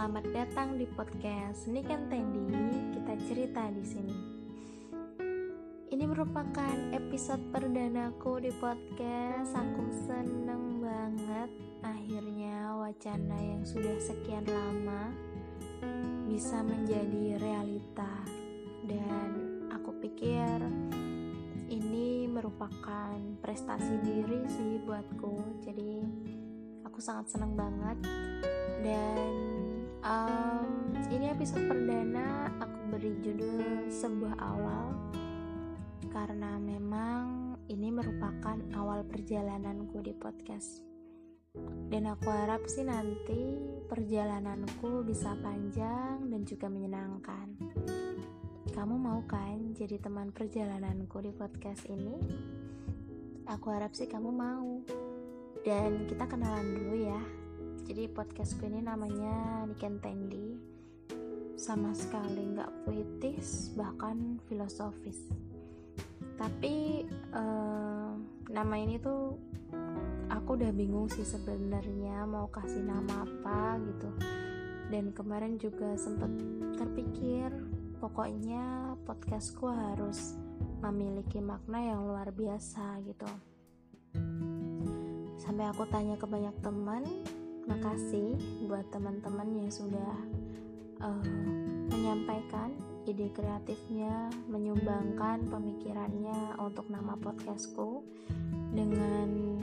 Selamat datang di podcast Nick and Tandy. Kita cerita di sini. Ini merupakan episode perdanaku di podcast. Aku seneng banget. Akhirnya wacana yang sudah sekian lama bisa menjadi realita. Dan aku pikir ini merupakan prestasi diri sih buatku. Jadi aku sangat seneng banget. Dan ini episode perdana aku beri judul Sebuah Awal, karena memang ini merupakan awal perjalananku di podcast. Dan aku harap sih nanti perjalananku bisa panjang dan juga menyenangkan. Kamu mau kan jadi teman perjalananku di podcast ini? Aku harap sih kamu mau. Dan kita kenalan dulu ya. Jadi podcastku ini namanya Nick and Tandy. Sama sekali gak puitis, bahkan filosofis. Tapi nama ini tuh aku udah bingung sih sebenarnya mau kasih nama apa gitu. Dan kemarin juga sempet terpikir, pokoknya podcastku harus memiliki makna yang luar biasa gitu. Sampai aku tanya ke banyak teman. Makasih buat teman-teman yang sudah menyampaikan ide kreatifnya, menyumbangkan pemikirannya untuk nama podcastku dengan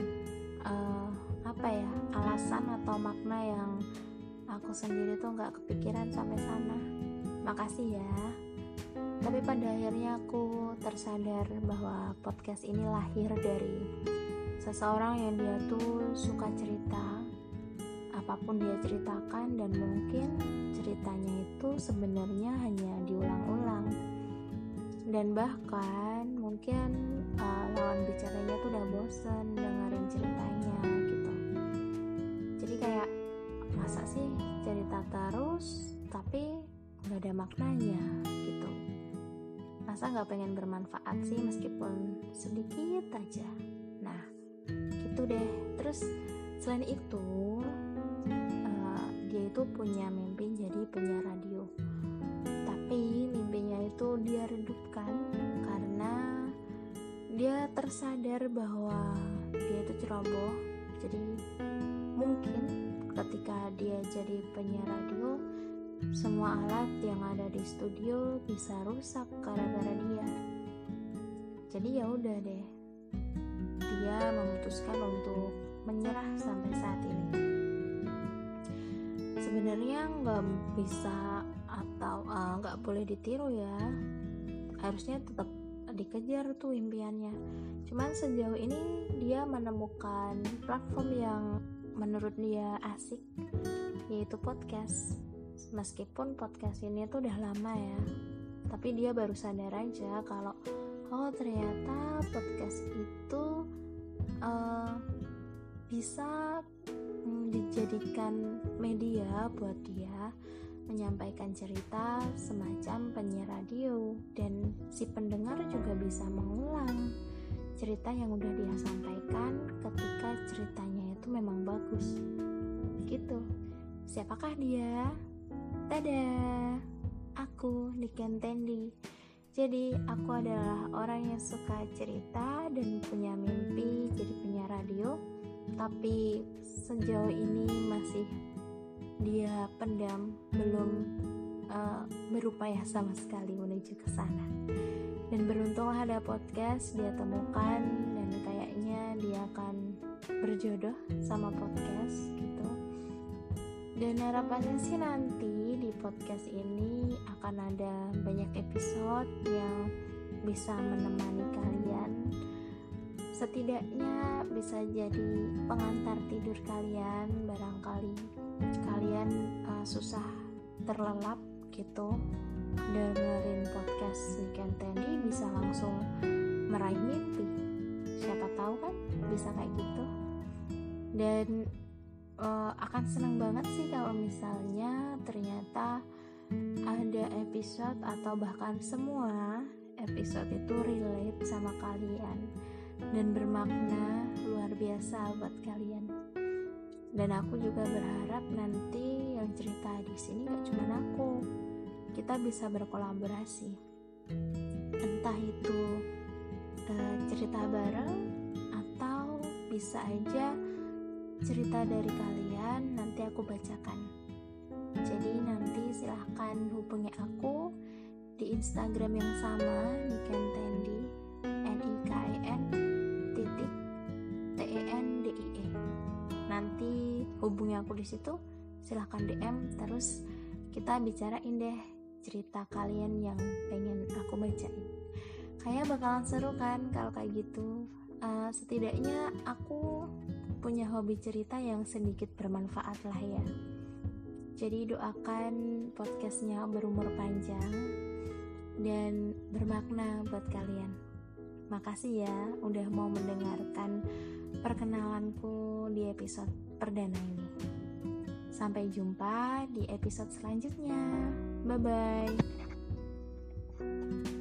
alasan atau makna yang aku sendiri tuh nggak kepikiran sampai sana. Makasih ya. Tapi pada akhirnya aku tersadar bahwa podcast ini lahir dari seseorang yang dia tuh suka cerita. Apapun dia ceritakan, dan mungkin ceritanya itu sebenarnya hanya diulang-ulang, dan bahkan mungkin lawan bicaranya tuh udah bosen dengerin ceritanya gitu. Jadi kayak masa sih cerita terus tapi gak ada maknanya gitu. Masa gak pengen bermanfaat sih meskipun sedikit aja. Nah gitu deh. Terus selain itu dia itu punya mimpi jadi penyiar radio, tapi mimpinya itu dia redupkan karena dia tersadar bahwa dia itu ceroboh. Jadi mungkin ketika dia jadi penyiar radio, semua alat yang ada di studio bisa rusak gara-gara dia. Jadi ya udah deh, dia memutuskan untuk menyerah sampai saat ini. Sebenarnya nggak bisa atau nggak boleh ditiru ya, harusnya tetap dikejar tuh impiannya. Cuman sejauh ini dia menemukan platform yang menurut dia asik, yaitu podcast. Meskipun podcast ini tuh udah lama ya, tapi dia baru sadar aja kalau ternyata podcast itu bisa dijadikan media buat dia menyampaikan cerita semacam penyiar radio, dan si pendengar juga bisa mengulang cerita yang udah dia sampaikan ketika ceritanya itu memang bagus gitu. Siapakah dia? Tada, aku Nick and Tandy. Jadi aku adalah orang yang suka cerita dan punya mimpi jadi penyiar radio, tapi sejauh ini masih dia pendam, belum berupaya sama sekali menuju ke sana. Dan beruntunglah ada podcast dia temukan, dan kayaknya dia akan berjodoh sama podcast gitu. Dan harapannya sih nanti di podcast ini akan ada banyak episode yang bisa menemani kalian. Setidaknya bisa jadi pengantar tidur kalian. Barangkali kalian susah terlelap gitu, dengerin podcast Nick and Tandy bisa langsung meraih mimpi. Siapa tahu kan bisa kayak gitu. Dan akan senang banget sih kalau misalnya ternyata ada episode atau bahkan semua episode itu relate sama kalian dan bermakna luar biasa buat kalian. Dan aku juga berharap nanti yang cerita di sini gak cuma aku, kita bisa berkolaborasi, entah itu cerita bareng atau bisa aja cerita dari kalian nanti aku bacakan. Jadi nanti silahkan hubungi aku di Instagram yang sama, Niken Tendi, NIKN.TENDIE. Nanti hubungi aku di situ, silahkan DM, terus kita bicarain deh cerita kalian yang pengen aku bacain. Kayak bakalan seru kan kalau kayak gitu. Setidaknya aku punya hobi cerita yang sedikit bermanfaat lah ya. Jadi doakan podcastnya berumur panjang dan bermakna buat kalian. Makasih ya udah mau mendengarkan perkenalanku di episode perdana ini. Sampai jumpa di episode selanjutnya. Bye-bye.